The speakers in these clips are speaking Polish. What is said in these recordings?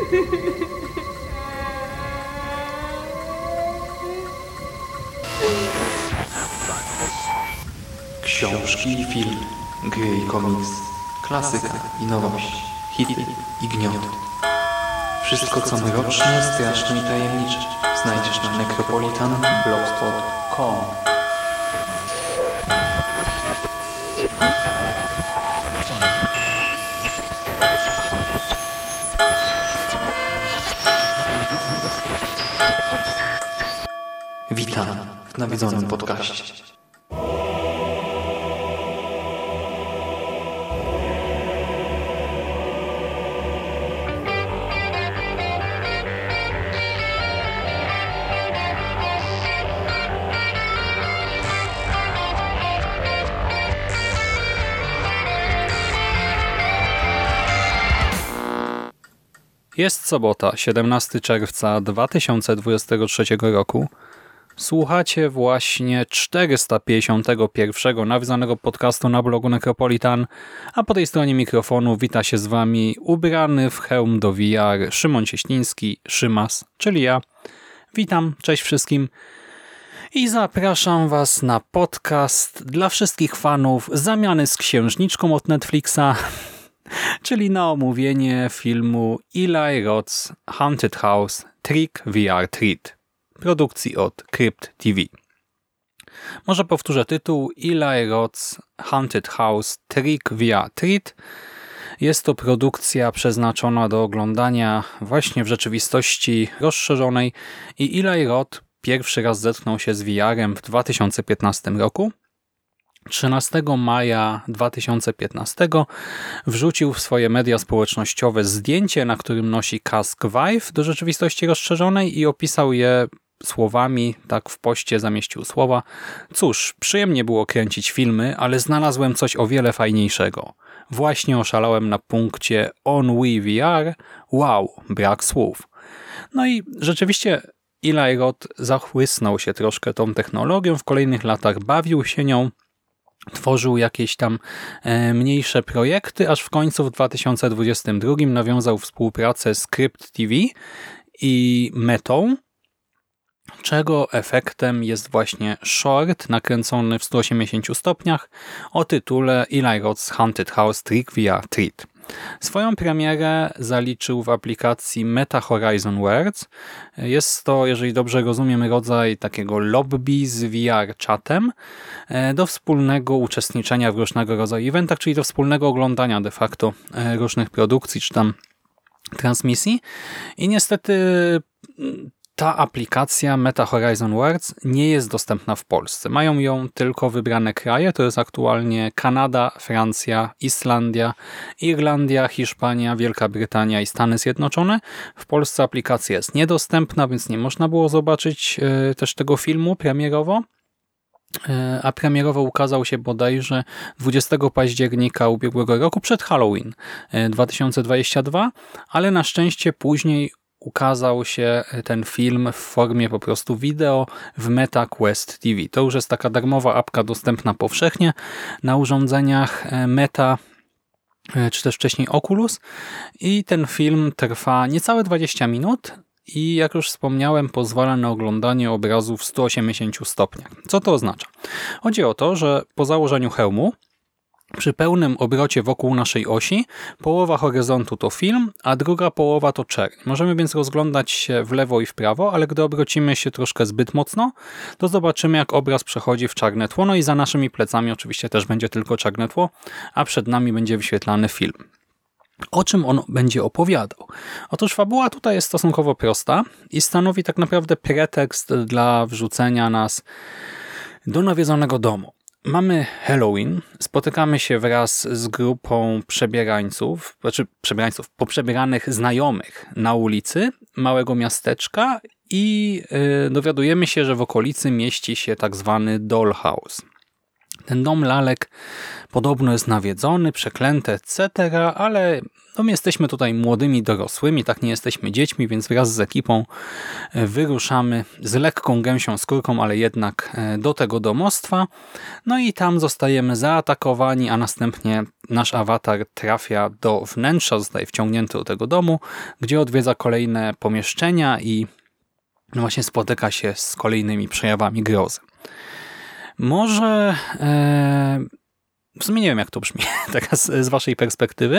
Książki i film, gry i komiks, klasyka i nowość, hity i gnioty. Wszystko co mroczne, straszne i tajemnicze znajdziesz na necropolitanblogspot.com. Witam w nawiedzonym podcaście. Jest sobota, 17 czerwca 2023 roku. Słuchacie właśnie 451 nawiązanego podcastu na blogu Necropolitan, a po tej stronie mikrofonu wita się z wami ubrany w hełm do VR Szymon Cieśliński, Szymas, czyli ja. Witam, cześć wszystkim i zapraszam was na podcast dla wszystkich fanów zamiany z księżniczką od Netflixa, czyli na omówienie filmu Eli Roth's Haunted House Trick VR Treat, produkcji od Crypt TV. Może powtórzę tytuł. Eli Roth's Haunted House Trick VR Treat. Jest to produkcja przeznaczona do oglądania właśnie w rzeczywistości rozszerzonej i Eli Roth pierwszy raz zetknął się z VR-em w 2015 roku. 13 maja 2015 wrzucił w swoje media społecznościowe zdjęcie, na którym nosi kask Vive do rzeczywistości rozszerzonej i opisał je słowami, tak w poście zamieścił słowa: cóż, przyjemnie było kręcić filmy, ale znalazłem coś o wiele fajniejszego. Właśnie oszalałem na punkcie On Wii VR. Wow, brak słów. No i rzeczywiście Eli Roth zachłysnął się troszkę tą technologią, w kolejnych latach bawił się nią, tworzył jakieś tam mniejsze projekty, aż w końcu w 2022 nawiązał współpracę z Crypt TV i Metą, czego efektem jest właśnie short nakręcony w 180 stopniach o tytule Eli Roth's Haunted House Trick VR Treat. Swoją premierę zaliczył w aplikacji Meta Horizon Worlds. Jest to, jeżeli dobrze rozumiem, rodzaj takiego lobby z VR-czatem do wspólnego uczestniczenia w różnego rodzaju eventach, czyli do wspólnego oglądania de facto różnych produkcji czy tam transmisji. I niestety ta aplikacja Meta Horizon Worlds nie jest dostępna w Polsce. Mają ją tylko wybrane kraje, to jest aktualnie Kanada, Francja, Islandia, Irlandia, Hiszpania, Wielka Brytania i Stany Zjednoczone. W Polsce aplikacja jest niedostępna, więc nie można było zobaczyć też tego filmu premierowo. A premierowo ukazał się bodajże 20 października ubiegłego roku przed Halloween 2022, ale na szczęście później ukazał się ten film w formie po prostu wideo w Meta Quest TV. To już jest taka darmowa apka dostępna powszechnie na urządzeniach Meta, czy też wcześniej Oculus. I ten film trwa niecałe 20 minut i jak już wspomniałem, pozwala na oglądanie obrazu w 180 stopniach. Co to oznacza? Chodzi o to, że po założeniu hełmu przy pełnym obrocie wokół naszej osi połowa horyzontu to film, a druga połowa to czerń. Możemy więc rozglądać się w lewo i w prawo, ale gdy obrocimy się troszkę zbyt mocno, to zobaczymy, jak obraz przechodzi w czarne tło, no i za naszymi plecami oczywiście też będzie tylko czarne tło, a przed nami będzie wyświetlany film. O czym on będzie opowiadał? Otóż fabuła tutaj jest stosunkowo prosta i stanowi tak naprawdę pretekst dla wrzucenia nas do nawiedzonego domu. Mamy Halloween, spotykamy się wraz z grupą poprzebieranych znajomych na ulicy małego miasteczka i dowiadujemy się, że w okolicy mieści się tak zwany dollhouse. Ten dom lalek podobno jest nawiedzony, przeklęty, etc., ale no, my jesteśmy tutaj młodymi dorosłymi, tak nie jesteśmy dziećmi, więc wraz z ekipą wyruszamy z lekką gęsią skórką, ale jednak do tego domostwa. No i tam zostajemy zaatakowani, a następnie nasz awatar trafia do wnętrza, zostaje wciągnięty do tego domu, gdzie odwiedza kolejne pomieszczenia i no właśnie spotyka się z kolejnymi przejawami grozy. Może... W sumie nie wiem, jak to brzmi teraz z waszej perspektywy.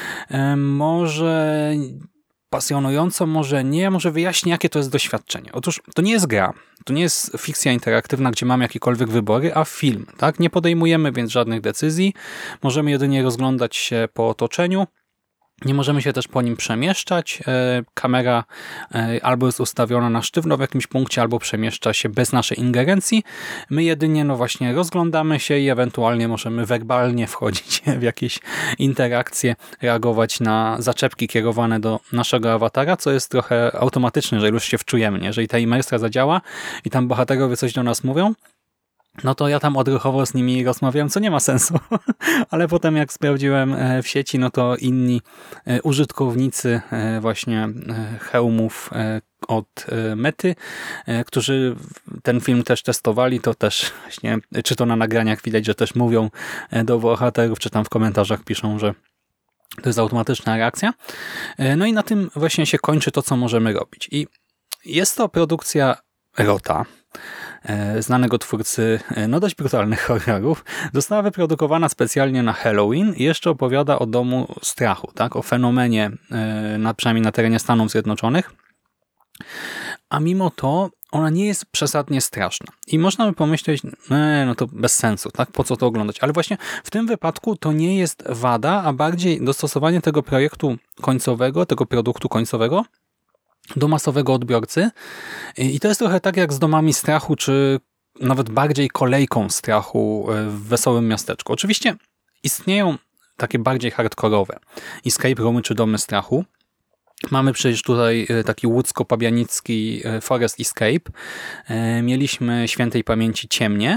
Może pasjonująco, może nie, może wyjaśnię, jakie to jest doświadczenie. Otóż to nie jest gra, to nie jest fikcja interaktywna, gdzie mamy jakiekolwiek wybory, a film. Tak? Nie podejmujemy więc żadnych decyzji, możemy jedynie rozglądać się po otoczeniu. Nie możemy się też po nim przemieszczać. Kamera albo jest ustawiona na sztywno w jakimś punkcie, albo przemieszcza się bez naszej ingerencji. My jedynie no właśnie rozglądamy się i ewentualnie możemy werbalnie wchodzić w jakieś interakcje, reagować na zaczepki kierowane do naszego awatara, co jest trochę automatyczne, że już się wczujemy. Nie? Jeżeli ta imersja zadziała i tam bohaterowie coś do nas mówią, no to ja tam odruchowo z nimi rozmawiałem, co nie ma sensu. Ale potem jak sprawdziłem w sieci, no to inni użytkownicy właśnie hełmów od Mety, którzy ten film też testowali, to też właśnie, czy to na nagraniach widać, że też mówią do bohaterów, czy tam w komentarzach piszą, że to jest automatyczna reakcja. No i na tym właśnie się kończy to, co możemy robić. I jest to produkcja Rota, znanego twórcy no dość brutalnych horrorów. Została wyprodukowana specjalnie na Halloween i jeszcze opowiada o domu strachu, tak? O fenomenie, przynajmniej na terenie Stanów Zjednoczonych. A mimo to ona nie jest przesadnie straszna. I można by pomyśleć, no to bez sensu, tak? Po co to oglądać? Ale właśnie w tym wypadku to nie jest wada, a bardziej dostosowanie tego projektu końcowego, tego produktu końcowego do masowego odbiorcy. I to jest trochę tak jak z domami strachu, czy nawet bardziej kolejką strachu w Wesołym Miasteczku. Oczywiście istnieją takie bardziej hardkorowe escape roomy czy domy strachu. Mamy przecież tutaj taki łódzko-pabianicki Forest Escape. Mieliśmy świętej pamięci Ciemnie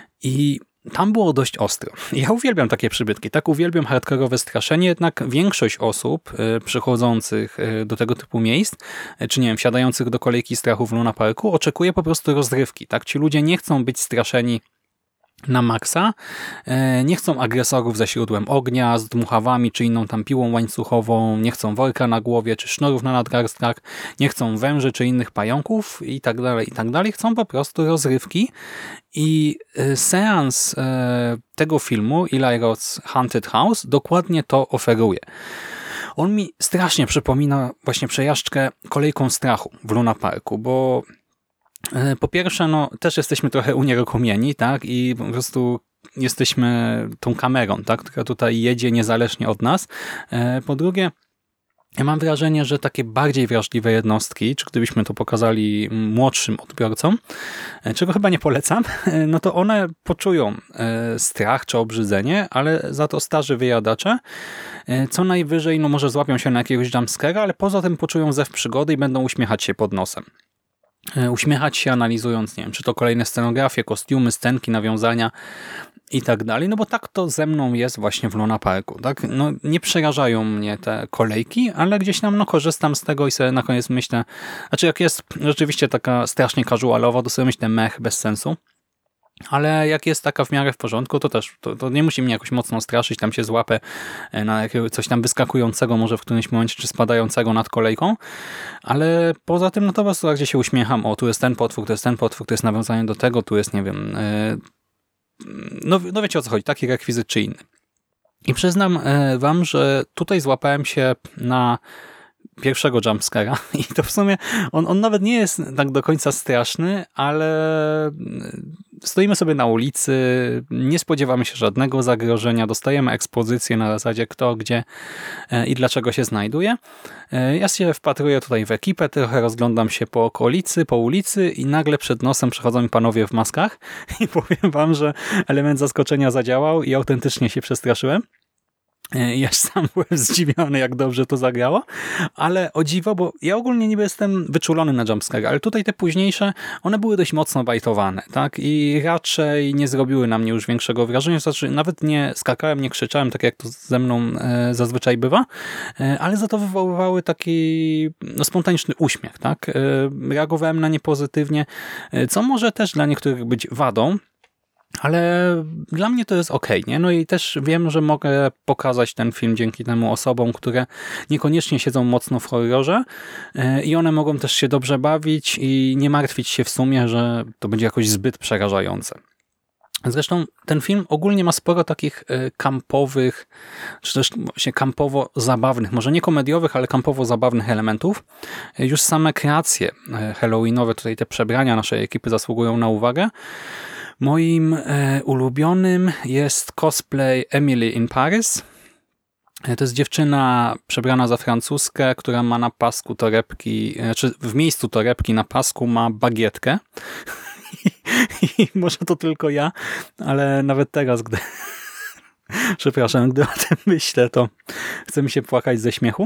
i tam było dość ostro. Ja uwielbiam takie przybytki, tak uwielbiam hardkorowe straszenie, jednak większość osób przychodzących do tego typu miejsc, czy nie wiem, wsiadających do kolejki strachu w Luna Parku, oczekuje po prostu rozrywki. Tak? Ci ludzie nie chcą być straszeni na maksa, nie chcą agresorów ze źródłem ognia, z dmuchawami, czy inną tam piłą łańcuchową, nie chcą worka na głowie, czy sznurów na nadgarstkach, nie chcą węży, czy innych pająków i tak dalej, i tak dalej. Chcą po prostu rozrywki i seans tego filmu, Eli Roth's Haunted House, dokładnie to oferuje. On mi strasznie przypomina właśnie przejażdżkę kolejką strachu w Luna Parku, bo po pierwsze, no też jesteśmy trochę unieruchomieni, tak? I po prostu jesteśmy tą kamerą, tak? Która tutaj jedzie niezależnie od nas. Po drugie, ja mam wrażenie, że takie bardziej wrażliwe jednostki, czy gdybyśmy to pokazali młodszym odbiorcom, czego chyba nie polecam, no to one poczują strach czy obrzydzenie, ale za to starzy wyjadacze co najwyżej, no może złapią się na jakiegoś jumpscare'a, ale poza tym poczują zew przygody i będą uśmiechać się pod nosem. Uśmiechać się analizując, nie wiem, czy to kolejne scenografie, kostiumy, scenki, nawiązania i tak dalej, no bo tak to ze mną jest właśnie w Luna Parku, tak? No nie przerażają mnie te kolejki, ale gdzieś tam no korzystam z tego i sobie na koniec myślę, znaczy jak jest rzeczywiście taka strasznie casualowa, to sobie myślę mech, bez sensu. Ale jak jest taka w miarę w porządku, to też to nie musi mnie jakoś mocno straszyć, tam się złapę na jakiegoś coś tam wyskakującego może w którymś momencie, czy spadającego nad kolejką, ale poza tym no to po prostu gdzie się uśmiecham, o tu jest ten potwór, to jest ten potwór, to jest nawiązanie do tego, tu jest nie wiem, no wiecie o co chodzi, taki rekwizyt czy inny. I przyznam wam, że tutaj złapałem się na pierwszego jumpscare'a i to w sumie on nawet nie jest tak do końca straszny, ale stoimy sobie na ulicy, nie spodziewamy się żadnego zagrożenia, dostajemy ekspozycję na zasadzie kto, gdzie i dlaczego się znajduje. Ja się wpatruję tutaj w ekipę, trochę rozglądam się po okolicy, po ulicy i nagle przed nosem przechodzą mi panowie w maskach i powiem wam, że element zaskoczenia zadziałał i autentycznie się przestraszyłem. Ja sam byłem zdziwiony, jak dobrze to zagrało, ale o dziwo, bo ja ogólnie niby jestem wyczulony na jumpscare, ale tutaj te późniejsze, one były dość mocno bajtowane, tak? I raczej nie zrobiły na mnie już większego wrażenia, znaczy nawet nie skakałem, nie krzyczałem, tak jak to ze mną zazwyczaj bywa, ale za to wywoływały taki spontaniczny uśmiech, tak? Reagowałem na nie pozytywnie, co może też dla niektórych być wadą, ale dla mnie to jest okej, nie? No i też wiem, że mogę pokazać ten film dzięki temu osobom, które niekoniecznie siedzą mocno w horrorze i one mogą też się dobrze bawić i nie martwić się w sumie, że to będzie jakoś zbyt przerażające. Zresztą ten film ogólnie ma sporo takich kampowych, czy też właśnie kampowo-zabawnych, może nie komediowych, ale kampowo-zabawnych elementów. Już same kreacje halloweenowe, tutaj te przebrania naszej ekipy zasługują na uwagę. Moim ulubionym jest cosplay Emily in Paris. To jest dziewczyna przebrana za francuskę, która ma na pasku torebki, znaczy w miejscu torebki na pasku ma bagietkę. I może to tylko ja, ale nawet teraz, gdy przepraszam, gdy o tym myślę, to chce mi się płakać ze śmiechu.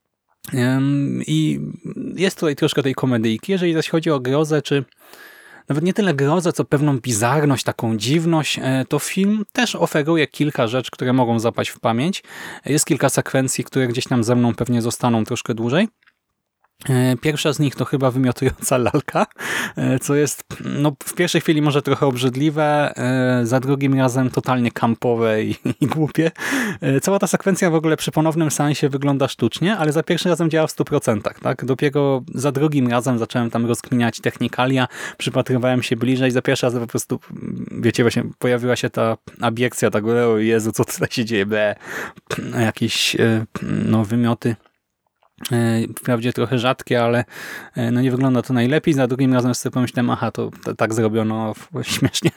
I jest tutaj troszkę tej komedyjki. Jeżeli zaś chodzi o grozę, czy nawet nie tyle grozę, co pewną bizarność, taką dziwność, to film też oferuje kilka rzeczy, które mogą zapaść w pamięć. Jest kilka sekwencji, które gdzieś tam ze mną pewnie zostaną troszkę dłużej. Pierwsza z nich to chyba wymiotująca lalka, co jest no, w pierwszej chwili może trochę obrzydliwe, za drugim razem totalnie kampowe i głupie. Cała ta sekwencja w ogóle przy ponownym seansie wygląda sztucznie, ale za pierwszym razem działa w 100%. Tak? Dopiero za drugim razem zacząłem tam rozkminiać technikalia, przypatrywałem się bliżej, za pierwszy raz po prostu, wiecie, właśnie pojawiła się ta abiekcja, tak, o Jezu, co tutaj się dzieje, jakieś no, wymioty. Wprawdzie trochę rzadkie, ale no nie wygląda to najlepiej. Za drugim razem sobie pomyślałem, aha, to tak zrobiono śmiesznie.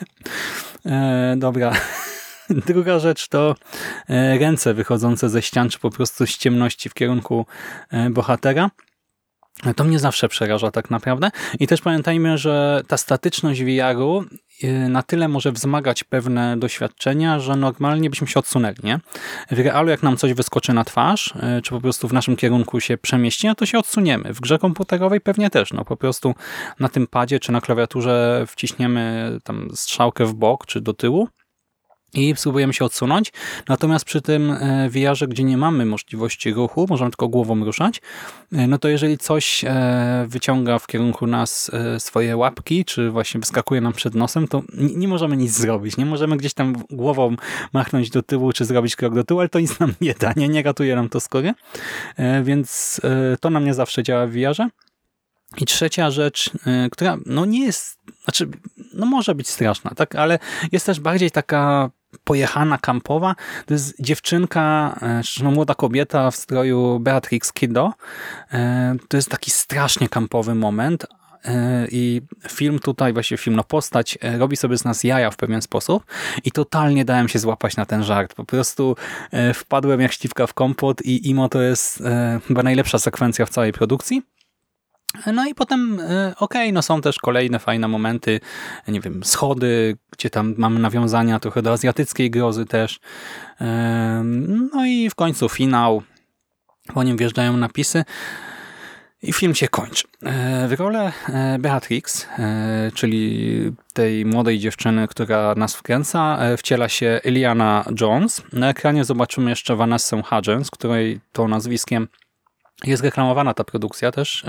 Dobra. Druga rzecz to ręce wychodzące ze ścian, czy po prostu z ciemności w kierunku bohatera. To mnie zawsze przeraża tak naprawdę. I też pamiętajmy, że ta statyczność VR-u na tyle może wzmagać pewne doświadczenia, że normalnie byśmy się odsunęli, nie? W realu jak nam coś wyskoczy na twarz, czy po prostu w naszym kierunku się przemieści, no to się odsuniemy. W grze komputerowej pewnie też, no po prostu na tym padzie czy na klawiaturze wciśniemy tam strzałkę w bok czy do tyłu i spróbujemy się odsunąć. Natomiast przy tym VR-ze, gdzie nie mamy możliwości ruchu, możemy tylko głową ruszać, no to jeżeli coś wyciąga w kierunku nas swoje łapki, czy właśnie wyskakuje nam przed nosem, to nie możemy nic zrobić. Nie możemy gdzieś tam głową machnąć do tyłu, czy zrobić krok do tyłu, ale to nic nam nie da, nie ratuje nam to skóry. Więc to na mnie zawsze działa w VR-ze. I trzecia rzecz, która no nie jest, znaczy no może być straszna, tak, ale jest też bardziej taka pojechana, kampowa. To jest dziewczynka, no młoda kobieta w stroju Beatrix Kiddo. To jest taki strasznie kampowy moment i film tutaj, właściwie film, no postać robi sobie z nas jaja w pewien sposób i totalnie dałem się złapać na ten żart. Po prostu wpadłem jak śliwka w kompot i imo to jest chyba najlepsza sekwencja w całej produkcji. No i potem, no są też kolejne fajne momenty, nie wiem, schody, gdzie tam mamy nawiązania trochę do azjatyckiej grozy też. No i w końcu finał, po nim wjeżdżają napisy i film się kończy. W rolę Beatrix, czyli tej młodej dziewczyny, która nas wkręca, wciela się Iliana Jones. Na ekranie zobaczymy jeszcze Vanessę Hudgens, której to nazwiskiem jest reklamowana ta produkcja też,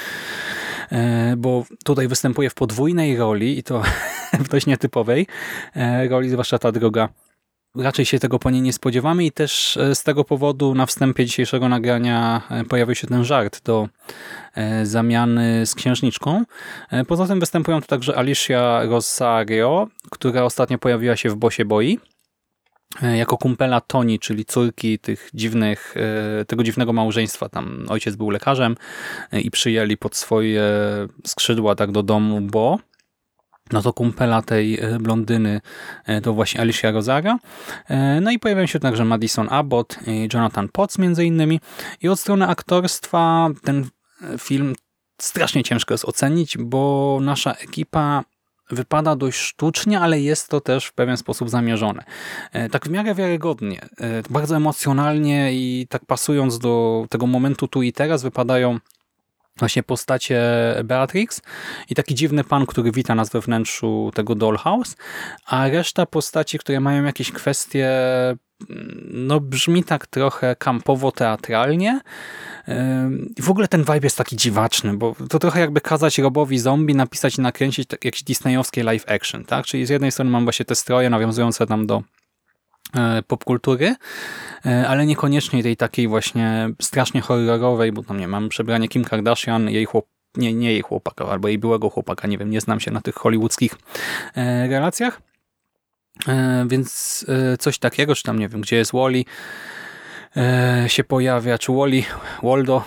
bo tutaj występuje w podwójnej roli i to w dość nietypowej roli, zwłaszcza ta droga. Raczej się tego po niej nie spodziewamy i też z tego powodu na wstępie dzisiejszego nagrania pojawił się ten żart do zamiany z księżniczką. Poza tym występują tu także Alicia Rosario, która ostatnio pojawiła się w Bosie Boi, jako kumpela Toni, czyli córki tego dziwnego małżeństwa. Tam ojciec był lekarzem i przyjęli pod swoje skrzydła tak do domu, bo no to kumpela tej blondyny to właśnie Alicia Rosario. No i pojawiają się także Madison Abbott i Jonathan Potts między innymi. I od strony aktorstwa ten film strasznie ciężko jest ocenić, bo nasza ekipa wypada dość sztucznie, ale jest to też w pewien sposób zamierzone. Tak w miarę wiarygodnie, bardzo emocjonalnie i tak pasując do tego momentu tu i teraz wypadają właśnie postacie Beatrix i taki dziwny pan, który wita nas we wnętrzu tego dollhouse, a reszta postaci, które mają jakieś kwestie, no brzmi tak trochę kampowo-teatralnie. I w ogóle ten vibe jest taki dziwaczny, bo to trochę jakby kazać Robowi Zombie napisać i nakręcić jakieś disneyowskie live action, tak? Czyli z jednej strony mam właśnie te stroje nawiązujące tam do popkultury, ale niekoniecznie tej takiej właśnie strasznie horrorowej, bo tam nie mam przebranie Kim Kardashian, nie jej chłopaka, albo jej byłego chłopaka, nie wiem, nie znam się na tych hollywoodzkich relacjach, więc coś takiego, czy tam nie wiem, gdzie jest Wally się pojawia, czy Waldo,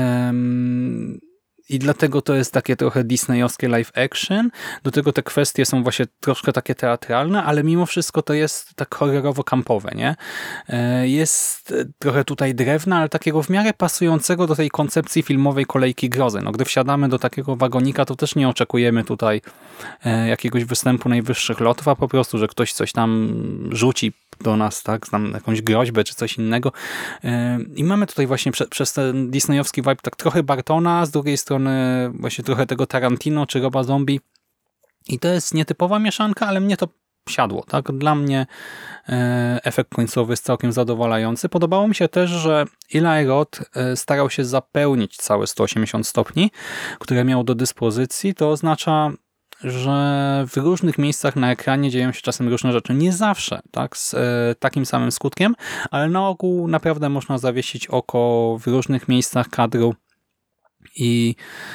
i dlatego to jest takie trochę disneyowskie live action. Do tego te kwestie są właśnie troszkę takie teatralne, ale mimo wszystko to jest tak horrorowo-kampowe, nie? Jest trochę tutaj drewna, ale takiego w miarę pasującego do tej koncepcji filmowej Kolejki Grozy. No, gdy wsiadamy do takiego wagonika, to też nie oczekujemy tutaj jakiegoś występu najwyższych lotów, a po prostu, że ktoś coś tam rzuci do nas, tak, znam jakąś groźbę czy coś innego. I mamy tutaj właśnie przez ten disneyowski vibe tak trochę Bartona, z drugiej strony właśnie trochę tego Tarantino czy Roba Zombie. I to jest nietypowa mieszanka, ale mnie to siadło, tak? Dla mnie efekt końcowy jest całkiem zadowalający. Podobało mi się też, że Eli Roth starał się zapełnić całe 180 stopni, które miał do dyspozycji. To oznacza, że w różnych miejscach na ekranie dzieją się czasem różne rzeczy. Nie zawsze tak, z takim samym skutkiem, ale na ogół naprawdę można zawiesić oko w różnych miejscach kadru i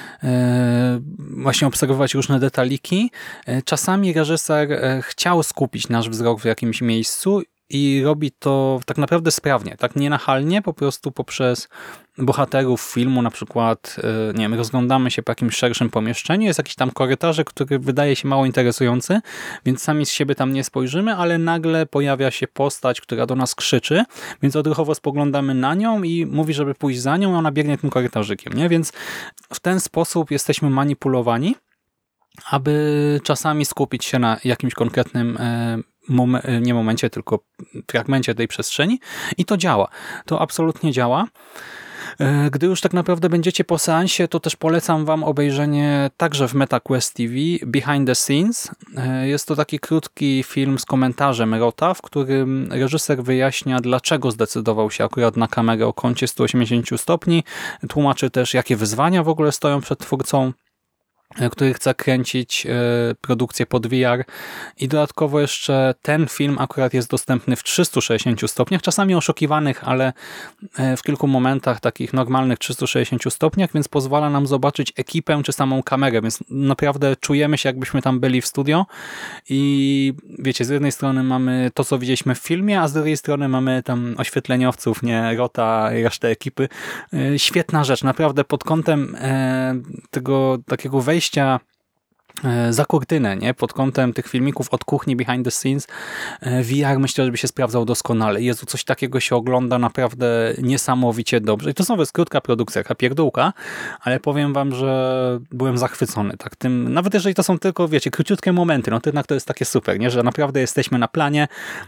właśnie obserwować różne detaliki. Czasami reżyser chciał skupić nasz wzrok w jakimś miejscu i robi to tak naprawdę sprawnie, tak nienachalnie, po prostu poprzez bohaterów filmu, na przykład, nie wiem, rozglądamy się po jakimś szerszym pomieszczeniu, jest jakiś tam korytarzyk, który wydaje się mało interesujący, więc sami z siebie tam nie spojrzymy, ale nagle pojawia się postać, która do nas krzyczy, więc odruchowo spoglądamy na nią i mówi, żeby pójść za nią, a ona biegnie tym korytarzykiem, nie? Więc w ten sposób jesteśmy manipulowani, aby czasami skupić się na jakimś konkretnym nie momencie, tylko fragmencie tej przestrzeni i to działa. To absolutnie działa. Gdy już tak naprawdę będziecie po seansie, to też polecam wam obejrzenie także w MetaQuest TV Behind the Scenes. Jest to taki krótki film z komentarzem Rotha, w którym reżyser wyjaśnia, dlaczego zdecydował się akurat na kamerę o kącie 180 stopni. Tłumaczy też, jakie wyzwania w ogóle stoją przed twórcą, który chce kręcić produkcję pod VR i dodatkowo jeszcze ten film akurat jest dostępny w 360 stopniach, czasami oszukiwanych, ale w kilku momentach takich normalnych 360 stopniach, więc pozwala nam zobaczyć ekipę czy samą kamerę, więc naprawdę czujemy się, jakbyśmy tam byli w studio i wiecie, z jednej strony mamy to, co widzieliśmy w filmie, a z drugiej strony mamy tam oświetleniowców, nie, Rotha i resztę ekipy. Świetna rzecz, naprawdę pod kątem tego takiego wejścia za kurtynę, nie? Pod kątem tych filmików od kuchni behind the scenes VR myślę, że by się sprawdzał doskonale. Jezu, coś takiego się ogląda naprawdę niesamowicie dobrze. I to znowu jest krótka produkcja, jaka pierdółka, ale powiem wam, że byłem zachwycony tak tym, nawet jeżeli to są tylko, wiecie, króciutkie momenty, no to jednak to jest takie super, nie? Że naprawdę jesteśmy na planie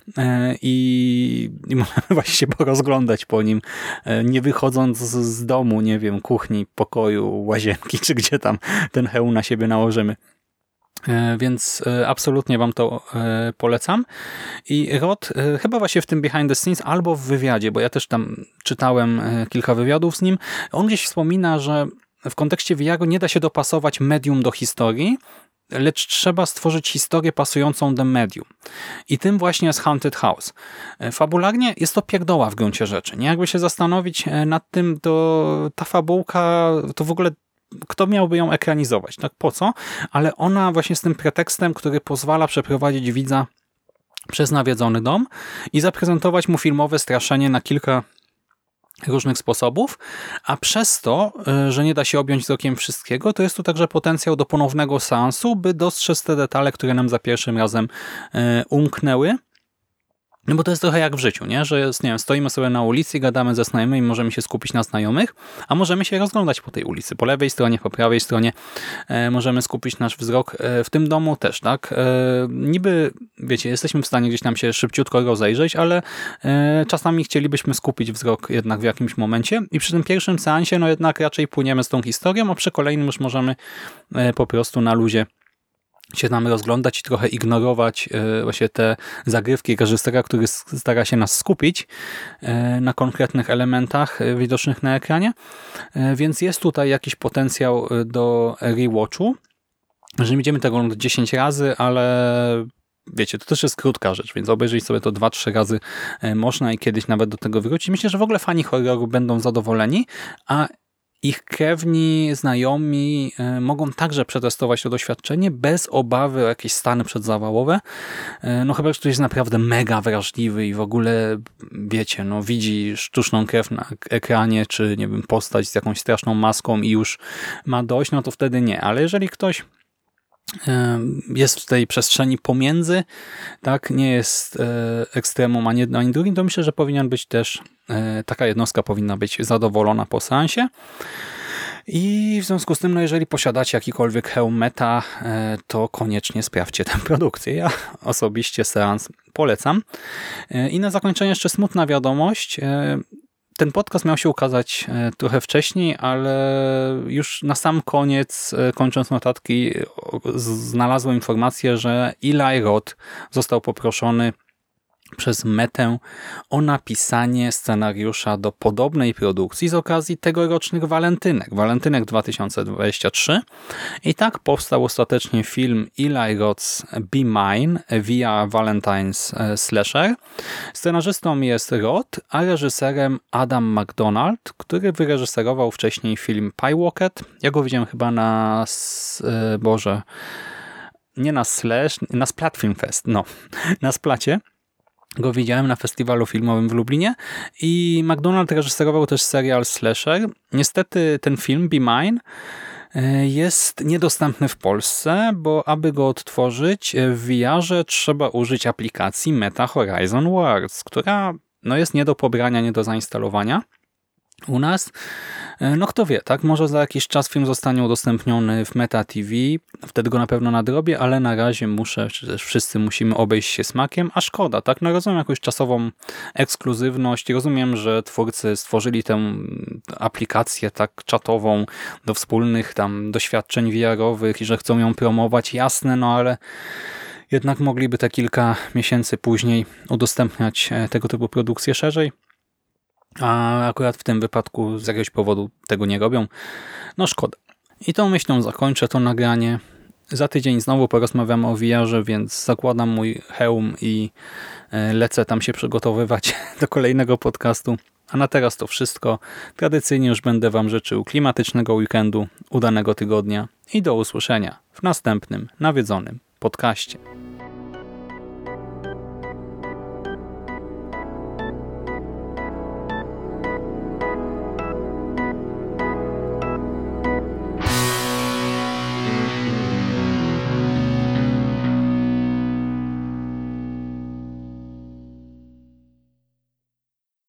i możemy właśnie się porozglądać po nim, nie wychodząc z domu, nie wiem, kuchni, pokoju, łazienki, czy gdzie tam ten hełm na siebie nałożymy. Więc absolutnie wam to polecam. I Roth chyba właśnie w tym behind the scenes albo w wywiadzie, bo ja też tam czytałem kilka wywiadów z nim, on gdzieś wspomina, że w kontekście VR-u nie da się dopasować medium do historii, lecz trzeba stworzyć historię pasującą do medium. I tym właśnie jest Haunted House. Fabularnie jest to pierdoła w gruncie rzeczy. Nie? Jakby się zastanowić nad tym, to ta fabułka to w ogóle kto miałby ją ekranizować, tak po co? Ale ona właśnie z tym pretekstem, który pozwala przeprowadzić widza przez nawiedzony dom i zaprezentować mu filmowe straszenie na kilka różnych sposobów, a przez to, że nie da się objąć wzrokiem wszystkiego, to jest tu także potencjał do ponownego seansu, by dostrzec te detale, które nam za pierwszym razem umknęły. No bo to jest trochę jak w życiu, nie? Że jest, nie wiem, stoimy sobie na ulicy i gadamy ze znajomymi, możemy się skupić na znajomych, a możemy się rozglądać po tej ulicy. Po lewej stronie, po prawej stronie możemy skupić nasz wzrok. W tym domu też, tak? Niby, wiecie, jesteśmy w stanie gdzieś nam się szybciutko rozejrzeć, ale czasami chcielibyśmy skupić wzrok jednak w jakimś momencie i przy tym pierwszym seansie, no jednak raczej płyniemy z tą historią, a przy kolejnym już możemy po prostu na luzie się nam rozglądać i trochę ignorować właśnie te zagrywki reżysera, który stara się nas skupić na konkretnych elementach widocznych na ekranie. Więc jest tutaj jakiś potencjał do rewatchu, że nie będziemy tego oglądać 10 razy, ale wiecie, to też jest krótka rzecz, więc obejrzeć sobie to 2-3 razy można i kiedyś nawet do tego wrócić. Myślę, że w ogóle fani horroru będą zadowoleni, a ich krewni, znajomi mogą także przetestować to doświadczenie bez obawy o jakieś stany przedzawałowe. No chyba, że ktoś jest naprawdę mega wrażliwy i w ogóle, wiecie, no widzi sztuczną krew na ekranie, czy nie wiem, postać z jakąś straszną maską i już ma dość, no to wtedy nie. Ale jeżeli ktoś jest w tej przestrzeni pomiędzy, tak, nie jest ekstremum ani jedno, ani drugim, to myślę, że powinien być też, taka jednostka powinna być zadowolona po seansie. I w związku z tym, no jeżeli posiadacie jakikolwiek hełm meta, to koniecznie sprawdźcie tę produkcję. Ja osobiście seans polecam. I na zakończenie jeszcze smutna wiadomość. Ten podcast miał się ukazać trochę wcześniej, ale już na sam koniec, kończąc notatki, znalazłem informację, że Eli Roth został poproszony przez Metę o napisanie scenariusza do podobnej produkcji z okazji tegorocznych Walentynek 2023. I tak powstał ostatecznie film Eli Roth's Be Mine via Valentine's Slasher. Scenarzystą jest Roth, a reżyserem Adam McDonald, który wyreżyserował wcześniej film Pyewacket. Ja go widziałem chyba na na Splat Film Fest, na Splacie. Go widziałem na festiwalu filmowym w Lublinie i McDonald reżyserował też serial Slasher. Niestety ten film, Be Mine, jest niedostępny w Polsce, bo aby go odtworzyć w VR-ze trzeba użyć aplikacji Meta Horizon Worlds, która jest nie do pobrania, nie do zainstalowania u nas. No kto wie, tak? Może za jakiś czas film zostanie udostępniony w Meta TV, wtedy go na pewno nadrobię, ale na razie czy też wszyscy musimy obejść się smakiem, a szkoda, tak? No rozumiem jakąś czasową ekskluzywność, rozumiem, że twórcy stworzyli tę aplikację tak czatową do wspólnych tam doświadczeń VR-owych i że chcą ją promować, jasne, no ale jednak mogliby te kilka miesięcy później udostępniać tego typu produkcje szerzej. A akurat w tym wypadku z jakiegoś powodu tego nie robią. No szkoda. I tą myślą zakończę to nagranie. Za tydzień znowu porozmawiamy o VR-ze, więc zakładam mój hełm i lecę tam się przygotowywać do kolejnego podcastu. A na teraz to wszystko. Tradycyjnie już będę Wam życzył klimatycznego weekendu, udanego tygodnia i do usłyszenia w następnym nawiedzonym podcaście.